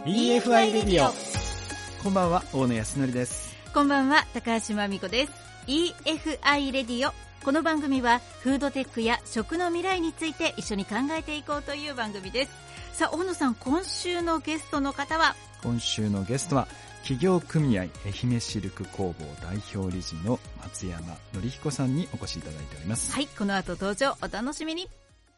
EFI レディオ。こんばんは、大野康則です。 こんばんは、高橋真美子です。 EFI レディオ。この番組はフードテックや食の未来について一緒に考えていこうという番組です。さあ、大野さん、今週のゲストの方は企業組合愛媛シルク工房代表理事の松山紀彦さんにお越しいただいております。 はい、この後登場、お楽しみに。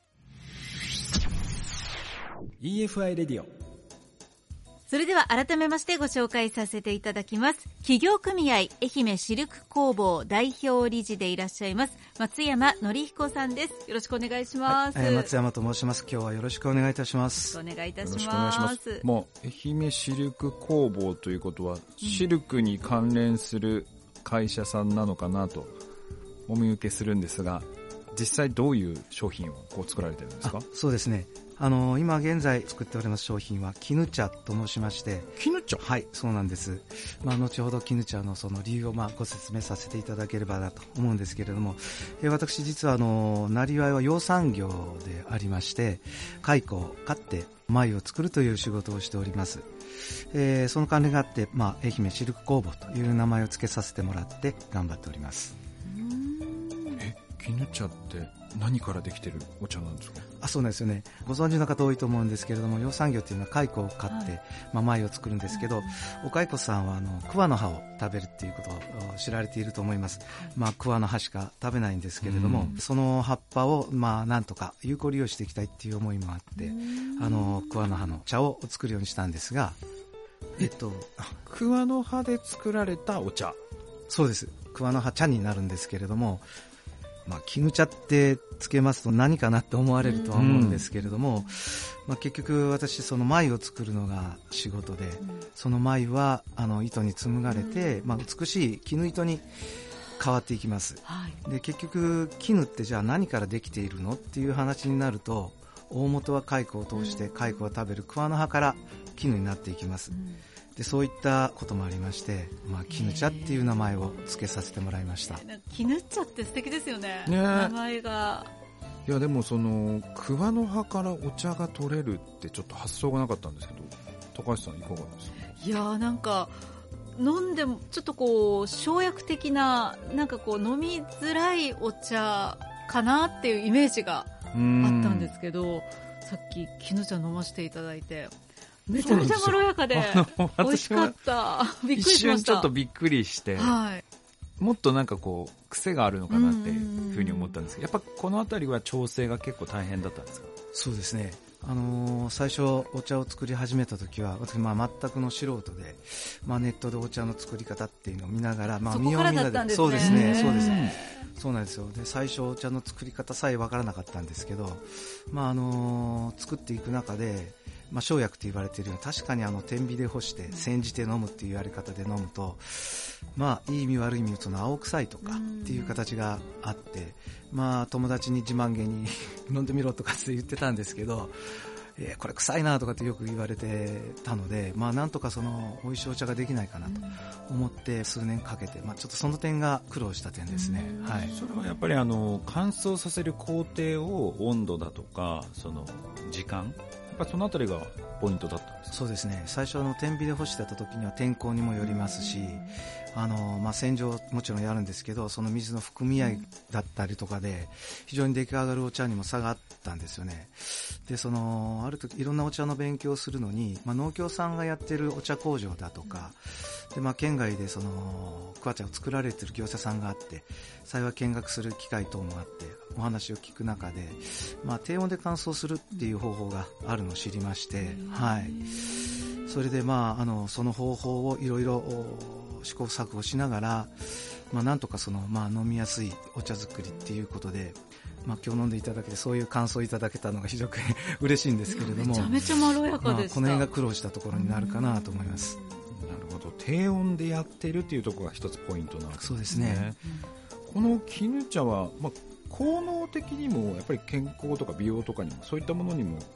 EFI レディオ。 それでは改めましてご紹介させていただきます。企業組合愛媛シルク工房代表理事でいらっしゃいます松山紀彦さんです。よろしくお願いします。 はい、松山と申します。今日はよろしくお願いいたします。 よろしくお願いいたします。 よろしくお願いします。もう愛媛シルク工房ということは、シルクに関連する会社さんなのかなとお見受けするんですが、実際どういう商品を作られてるんですか？ そうですね、今現在作っております商品は絹茶と申しまして。 絹茶？ はい、そうなんです。後ほど絹茶のその理由をご説明させていただければなと思うんですけれども、私実はなりわいは養蚕業でありまして、蚕を飼って繭を作るという仕事をしております。その関連があって、愛媛シルク工房という名前を付けさせてもらって頑張っております。 絹茶って何からできてるお茶なんですか？ そうなんですよね。ご存知の方多いと思うんですけれども、養蚕業というのは蚕を飼って、繭を作るんですけど、お蚕さんは桑の葉を食べるっていうことを知られていると思います。桑の葉しか食べないんですけれども、その葉っぱをなんとか有効利用していきたいっていう思いもあって、桑の葉の茶を作るようにしたんですが、 桑の葉で作られたお茶。 そうです。桑の葉茶になるんですけれども、絹茶ってつけますと何かなって思われるとは思うんですけれども、結局私その繭を作るのが仕事で、その繭は糸に紡がれて、美しい絹糸に変わっていきます。で、結局絹ってじゃあ何からできているのっていう話になると、大元は蚕を通して蚕が食べる桑の葉から絹になっていきます。で、そういったこともありまして、絹茶っていう名前を付けさせてもらいました。 絹茶って素敵ですよね。名前が。 いや、でもその桑の葉からお茶が取れるってちょっと発想がなかったんですけど、高橋さんいかがですか？ いや、なんか飲んでもちょっと生薬的な、飲みづらいお茶かなっていうイメージがあったんですけど、さっき絹茶飲ませていただいて、めちゃめちゃまろやかで美味しかった。びっくりしました。一瞬ちょっとびっくりして、もっと癖があるのかなっていうふうに思ったんですけど、やっぱこのあたりは調整が結構大変だったんですか？ そうですね。最初お茶を作り始めた時は私、全くの素人で、ネットでお茶の作り方っていうのを見ながら、 そこからだったんですね。 そうですね、そうですね。そうなんですよ。で、最初お茶の作り方さえわからなかったんですけど、作っていく中で、生薬と言われているように、確かに天日で干して煎じて飲むっていうやり方で飲むと、いい意味悪い意味その青臭いとかっていう形があって、友達に自慢げに飲んでみろとかって言ってたんですけど、これ臭いなとかってよく言われてたので、なんとかその美味しいお茶ができないかなと思って数年かけて、ちょっとその点が苦労した点ですね。 それはやっぱり乾燥させる工程を温度だとかその時間、そのあたりがポイントだったんですか？ そうですね。最初天日で干してた時には天候にもよりますし、洗浄もちろんやるんですけど、その水の含み合いだったりとかで非常に出来上がるお茶にも差があったんですよね。で、ある時いろんなお茶の勉強をするのに、農協さんがやってるお茶工場だとかで、県外で桑茶を作られている業者さんがあって、幸い見学する機会等もあってお話を聞く中で、低温で乾燥するっていう方法があるのを知りまして、それでその方法をいろいろ試行錯誤しながら、なんとか飲みやすいお茶作りっていうことで、今日飲んでいただけてそういう感想をいただけたのが非常に嬉しいんですけれども、 めちゃめちゃまろやかでした。 この辺が苦労したところになるかなと思います。 なるほど。低温でやってるっていうところが一つポイントなんですね。 そうですね。 この絹茶は、効能的にもやっぱり健康とか美容とかにもそういったものにも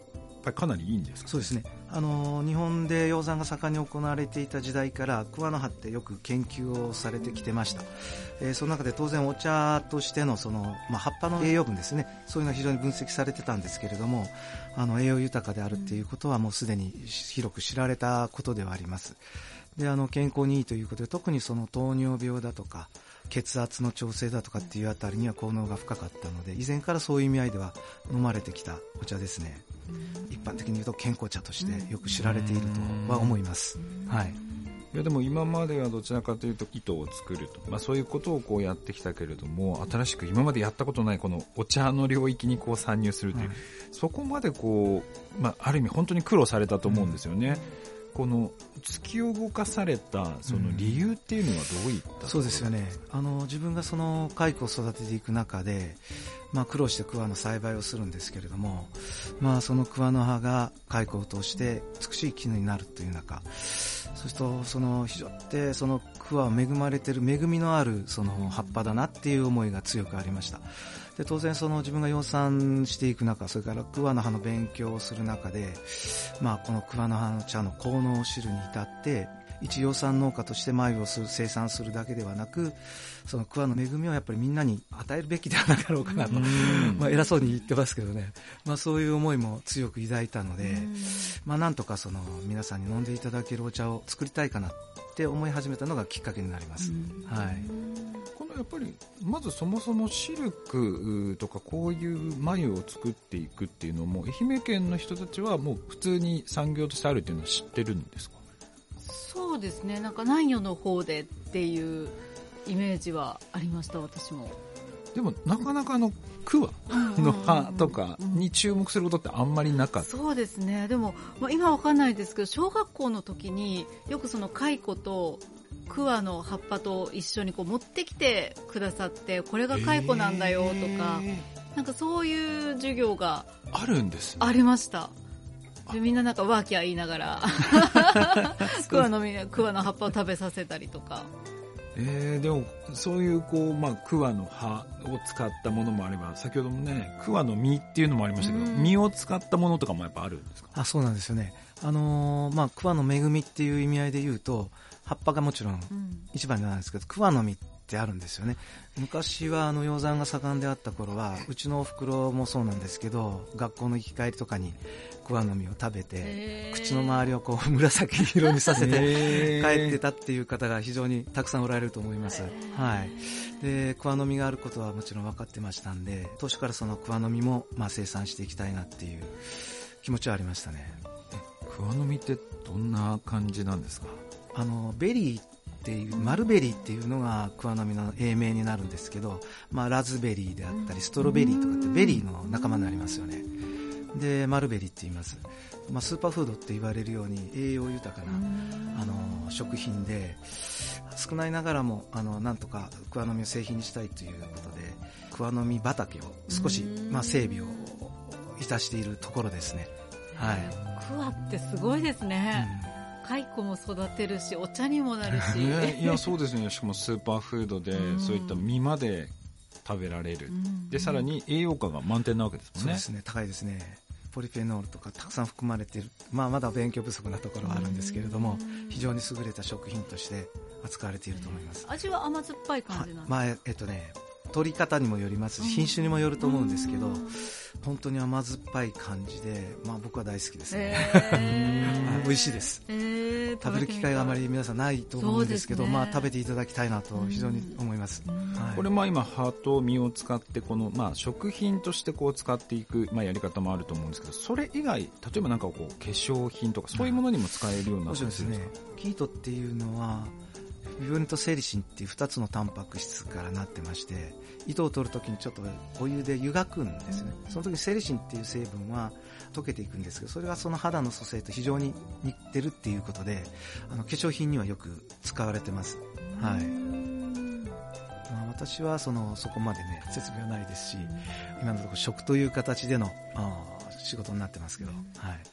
ぱりかなりいいんですか？ そうですね、日本で養蚕が盛んに行われていた時代から桑の葉ってよく研究をされてきてました。その中で当然お茶としての葉っぱの栄養分ですね、そういうのが非常に分析されてたんですけれども、栄養豊かであるっていうことはもうすでに広く知られたことではあります。で、健康にいいということで、特にその糖尿病だとか血圧の調整だとかっていうあたりには効能が深かったので、以前からそういう意味合いでは飲まれてきたお茶ですね。一般的に言うと健康茶としてよく知られているとは思います。はい。 いやでも今まではどちらかというと糸を作ると、そういうことをこうやってきたけれども、新しく今までやったことないこのお茶の領域にこう参入するという、そこまでこう、ある意味本当に苦労されたと思うんですよね。この突き動かされたその理由っていうのはどういったところ？ そうですよね。自分がその蚕を育てていく中で、苦労して桑の栽培をするんですけれども、その桑の葉が蚕を通して美しい絹になるという中、そうすると非常ってその桑は恵まれている恵みのあるその葉っぱだなっていう思いが強くありました。で、当然自分が養蚕していく中、それから桑の葉の勉強をする中で、この桑の葉の茶の効能を知るに至って、一養蚕農家として繭を生産するだけではなく、その桑の恵みをやっぱりみんなに与えるべきではなかろうかなと、偉そうに言ってますけどね、そういう思いも強く抱いたので、なんとか皆さんに飲んでいただけるお茶を作りたいかなって思い始めたのがきっかけになります。はい。 このやっぱりまずそもそもシルクとかこういう繭を作っていくっていうのも愛媛県の人たちはもう普通に産業としてあるっていうのは知ってるんですか？ そうですね、南予の方でっていうイメージはありました、私も。 でもなかなか桑の葉とかに注目することってあんまりなかった。 そうですね。でも、今わかんないですけど、小学校の時によくその蚕と桑の葉っぱと一緒にこう持ってきてくださって、これが蚕なんだよとか、そういう授業があるんですね。 ありました。で、みんなワーキャー言いながら桑の葉っぱを食べさせたりとか。 でもそういう桑の葉を使ったものもあれば、先ほどもね桑の実っていうのもありましたけど、実を使ったものとかもやっぱあるんですか？ そうなんですよね。桑の恵みっていう意味合いで言うと、葉っぱがもちろん一番なんですけど、桑の実ってあるんですよね。昔は養蚕が盛んであった頃は、うちのお袋もそうなんですけど、学校の行き帰りとかに桑の実を食べて、口の周りをこう紫色にさせて帰ってたっていう方が非常にたくさんおられると思います。はい。で、桑の実があることはもちろん分かってましたんで、当初からその桑の実も生産していきたいなっていう気持ちはありましたね。 桑の実ってどんな感じなんですか？ ベリーっていうマルベリーっていうのが桑の実の英名になるんですけど、ラズベリーであったりストロベリーとかってベリーの仲間になりますよね。で、マルベリーって言います。スーパーフードって言われるように栄養豊かな食品で、少ないながらもなんとか桑の実を製品にしたいということで、桑の実畑を少し整備をいたしているところですね。はい。 桑ってすごいですね。蚕も育てるし、お茶にもなるし。 いや、そうですね。しかもスーパーフードで、そういった実まで食べられる。で、さらに栄養価が満点なわけですもんね。 そうですね。高いですね。ポリフェノールとかたくさん含まれている。まだ勉強不足なところはあるんですけれども、非常に優れた食品として扱われていると思います。 味は甘酸っぱい感じなんですか？ 取り方にもよりますし、品種にもよると思うんですけど、本当に甘酸っぱい感じで、僕は大好きですね。美味しいです。食べる機会があまり皆さんないと思うんですけど、食べていただきたいなと非常に思います。 これ今葉と実を使ってこの食品としてこう使っていくやり方もあると思うんですけど、それ以外例えば化粧品とかそういうものにも使えるようになってるんですか？ 生糸っていうのはビブリンとセリシンっていう2つのタンパク質からなってまして、糸を取るときにちょっとお湯で湯がくんですね。その時にセリシンっていう成分は溶けていくんですけど、それがその肌の組成と非常に似てるっていうことで、化粧品にはよく使われてます。はい。私はそこまでね設備はないですし、今のところ食という形での仕事になってますけど、はい。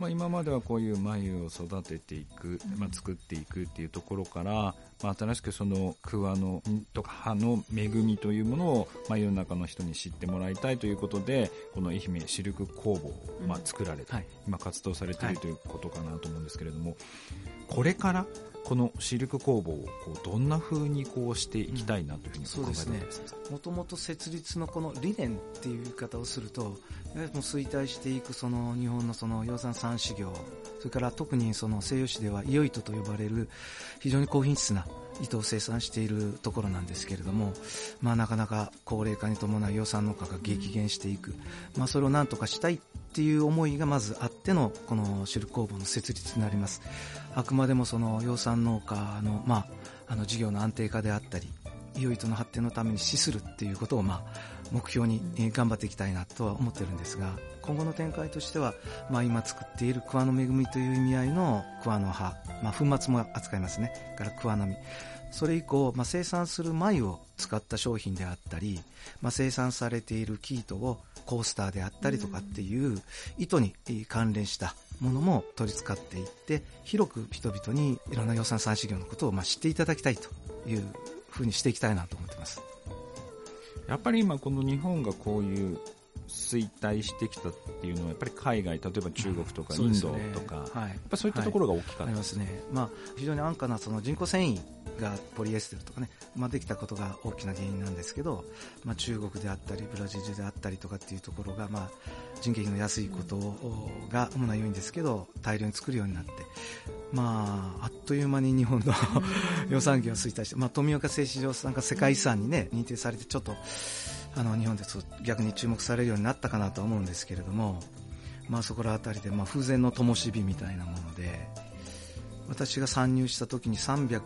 今まではこういう繭を育てていく、作っていくっていうところから、新しくその桑のとか葉の恵みというものを、世の中の人に知ってもらいたいということで、この愛媛シルク工房を、作られて、今活動されているということかなと思うんですけれども、これからこのシルク工房をどんな風にしていきたいなというふうに考えていますか？ もともと設立のこの理念っていう言い方をすると、やはりもう衰退していくその日本のその養蚕蚕糸業、それから特にその西洋紙では伊予糸と呼ばれる非常に高品質な糸を生産しているところなんですけれども、なかなか高齢化に伴う養蚕農家が激減していく、それを何とかしたいっていう思いがまずあってのこのシルク工房の設立になります。あくまでもその養蚕農家の、事業の安定化であったり、伊予糸の発展のために資するっていうことを目標に頑張っていきたいなとは思ってるんですが、今後の展開としては、今作っている桑の恵みという意味合いの桑の葉、粉末も扱いますね、から桑の実、それ以降、生産する繭を使った商品であったり、生産されている生糸をコースターであったりとかっていう糸に関連したものも取り扱っていって、広く人々にいろんな養蚕蚕糸業のことを知っていただきたいというふうにしていきたいなと思ってます。 やっぱり今この日本がこういう衰退してきたっていうのは、やっぱり海外、例えば中国とかインドとか、やっぱそういったところが大きかった、 ありますね。非常に安価なその人工繊維がポリエステルとかね、できたことが大きな原因なんですけど、中国であったりブラジルであったりとかっていうところが、人件費の安いことが主な要因ですけど、大量に作るようになって、あっという間に日本の養蚕業が衰退して、富岡製糸場さんが世界遺産にね認定されて、ちょっと日本で逆に注目されるようになったかなとは思うんですけれども、そこら辺りで風前の灯火みたいなもので、私が参入した時に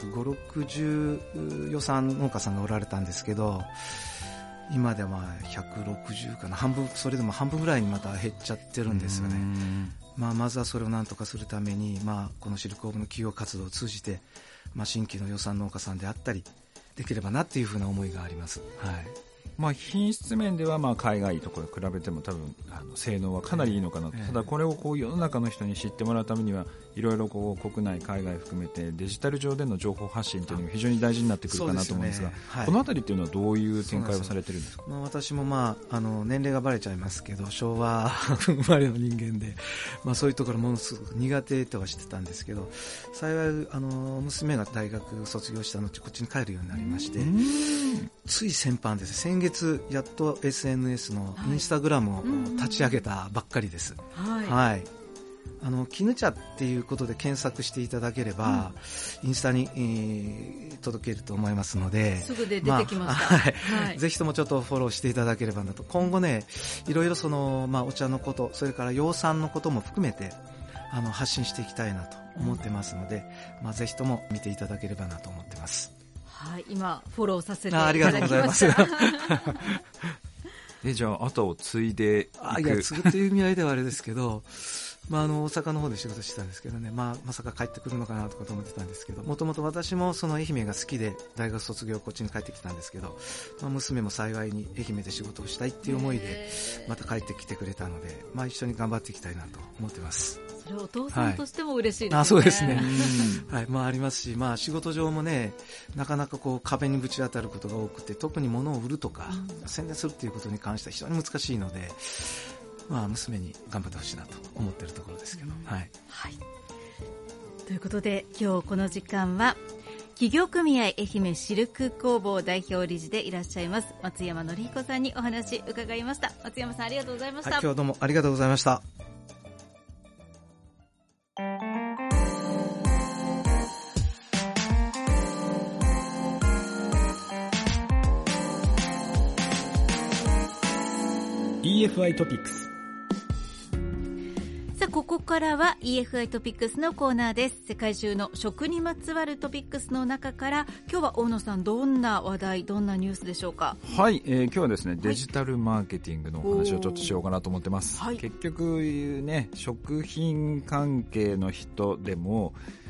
350、60養蚕農家さんがおられたんですけど、今では160かな、それでも半分ぐらいにまた減っちゃってるんですよね。まずはそれを何とかするために、このシルク工房の企業活動を通じて、新規の養蚕農家さんであったりできればなっていうふうな思いがあります。 品質面では海外とか比べても多分性能はかなりいいのかなと、ただこれを世の中の人に知ってもらうためにはいろいろ国内海外含めてデジタル上での情報発信というのが非常に大事になってくるかなと思うんですが、このあたりっていうのはどういう展開をされてるんですか？ 私も年齢がバレちゃいますけど、昭和生まれの人間で、そういうところものすごく苦手とは知ってたんですけど、幸い娘が大学卒業した後こっちに帰るようになりまして、つい先般です。先月やっと SNS のインスタグラムを立ち上げたばっかりです。絹茶っていうことで検索していただければ、インスタに、届けると思いますので、 すぐで出てきました。 ぜひともちょっとフォローしていただければなと。今後ね、いろいろお茶のこと、それから養蚕のことも含めて発信していきたいなと思ってますので、ぜひとも見ていただければなと思ってます。 今フォローさせていただきました。 ありがとうございます。 じゃあ後を継いでいく。 継ぐという意味合いではあれですけど、大阪の方で仕事してたんですけどね、まさか帰ってくるのかなとかと思ってたんですけど、もともと私もその愛媛が好きで大学卒業こっちに帰ってきたんですけど、娘も幸いに愛媛で仕事をしたいっていう思いでまた帰ってきてくれたので、一緒に頑張っていきたいなと思ってます。 それお父さんとしても嬉しいですね。 そうですね。ありますし、仕事上もね、なかなか壁にぶち当たることが多くて、特に物を売るとか、宣伝するっていうことに関しては非常に難しいので、娘に頑張ってほしいなと思っているところですけど。 ということで、今日この時間は企業組合愛媛シルク工房代表理事でいらっしゃいます松山紀彦さんにお話伺いました。松山さん、ありがとうございました。 今日はどうもありがとうございました。 EFI トピックス。 ここからは EFI トピックスのコーナーです。世界中の食にまつわるトピックスの中から、今日は大野さん、どんな話題、どんなニュースでしょうか？ 今日はですね、デジタルマーケティングのお話をちょっとしようかなと思ってます。結局ね、食品関係の人でも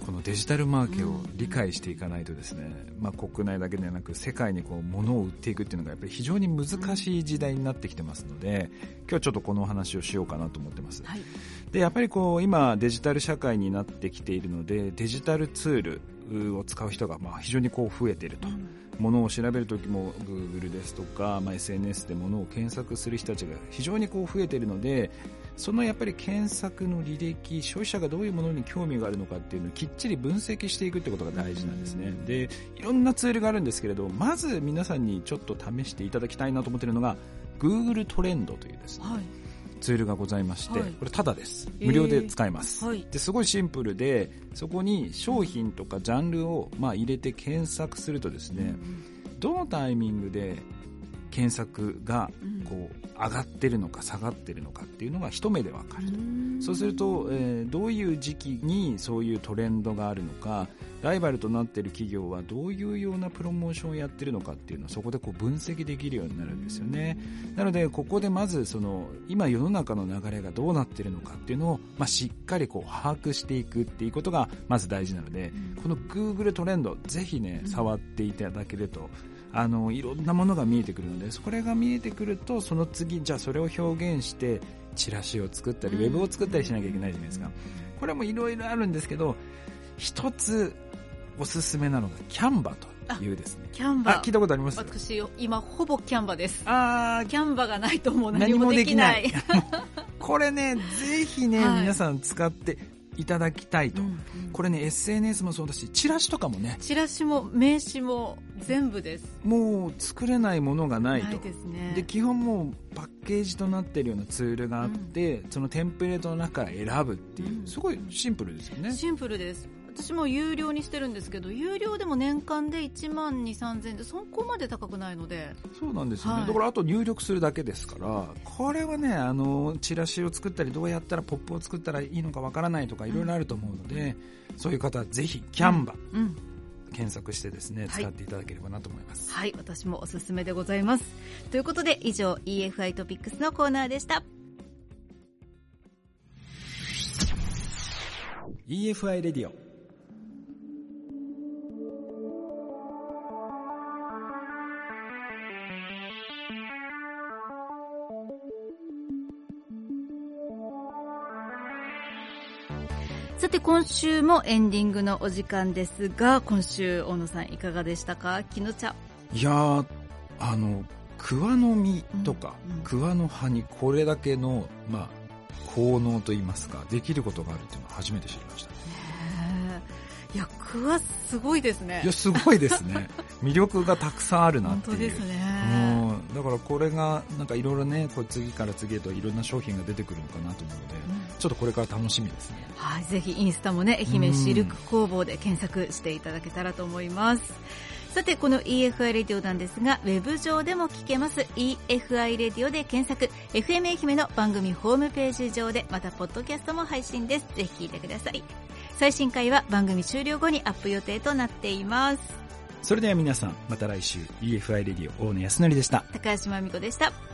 このデジタルマーケを理解していかないとですね、国内だけではなく世界にこう物を売っていくっていうのがやっぱり非常に難しい時代になってきてますので、今日はちょっとこのお話をしようかなと思ってます。 はい、 でやっぱりこう今デジタル社会になってきているので、デジタルツールを使う人が非常にこう増えていると、物を調べるときも Google ですとか、SNS で物を検索する人たちが非常にこう増えているので、そのやっぱり検索の履歴、消費者がどういうものに興味があるのかっていうのをきっちり分析していくってことが大事なんですね。でいろんなツールがあるんですけれど、まず皆さんにちょっと試していただきたいなと思っているのが Google トレンドというですね、ツールがございまして、これタダです。無料で使えます。ですごいシンプルで、そこに商品とかジャンルを入れて検索するとですね、どのタイミングで検索がこう上がってるのか下がってるのかっていうのが一目でわかると。そうすると、どういう時期にそういうトレンドがあるのか、ライバルとなっている企業はどういうようなプロモーションをやってるのかっていうのをそこでこう分析できるようになるんですよね。なのでここでまずその今世の中の流れがどうなってるのかっていうのを、しっかりこう把握していくっていうことがまず大事なので、この Google トレンドぜひね触っていただけるといろんなものが見えてくるので、これが見えてくるとその次じゃあそれを表現してチラシを作ったりウェブを作ったりしなきゃいけないじゃないですか。これもいろいろあるんですけど、一つおすすめなのがキャンバというですね。 キャンバ聞いたことあります？ 私今ほぼキャンバです。キャンバがないともう何もできない。 これねぜひね、皆さん使っていただきたいと、これね SNS もそうだし、チラシとかもね、 チラシも名刺も全部です。 もう作れないものがないと。 ないですね。 で基本もうパッケージとなっているようなツールがあって、そのテンプレートの中から選ぶっていう、すごいシンプルですよね。 シンプルです。私も有料にしてるんですけど、有料でも年間で1万2、3000円でそこまで高くないので。 そうなんですよね、だからあと入力するだけですから、これはねチラシを作ったりどうやったらポップを作ったらいいのかわからないとかいろいろあると思うので、そういう方はぜひキャンバ、検索してですね使っていただければなと思います。 はい、私もおすすめでございます。ということで以上 EFI トピックスのコーナーでした。 EFI レディオ。 さて今週もエンディングのお時間ですが、今週大野さんいかがでしたか？木の茶。 いや桑の実とか、桑の葉にこれだけの、効能といいますかできることがあるっていうのは初めて知りました。 いや桑すごいですね。 いやすごいですね。魅力がたくさんあるなっていう。 本当ですね。 だからこれがなんかいろいろね、これ次から次へといろんな商品が出てくるのかなと思うので、ちょっとこれから楽しみですね。 はい、ぜひインスタもね、愛媛シルク工房で検索していただけたらと思います。さてこの EFI レディオなんですが、ウェブ上でも聞けます。 EFI レディオで検索、 FM 愛媛の番組ホームページ上で、またポッドキャストも配信です。ぜひ聞いてください。最新回は番組終了後にアップ予定となっています。 それでは皆さんまた来週。 EFI レディオ大野康則でした。 高橋真美子でした。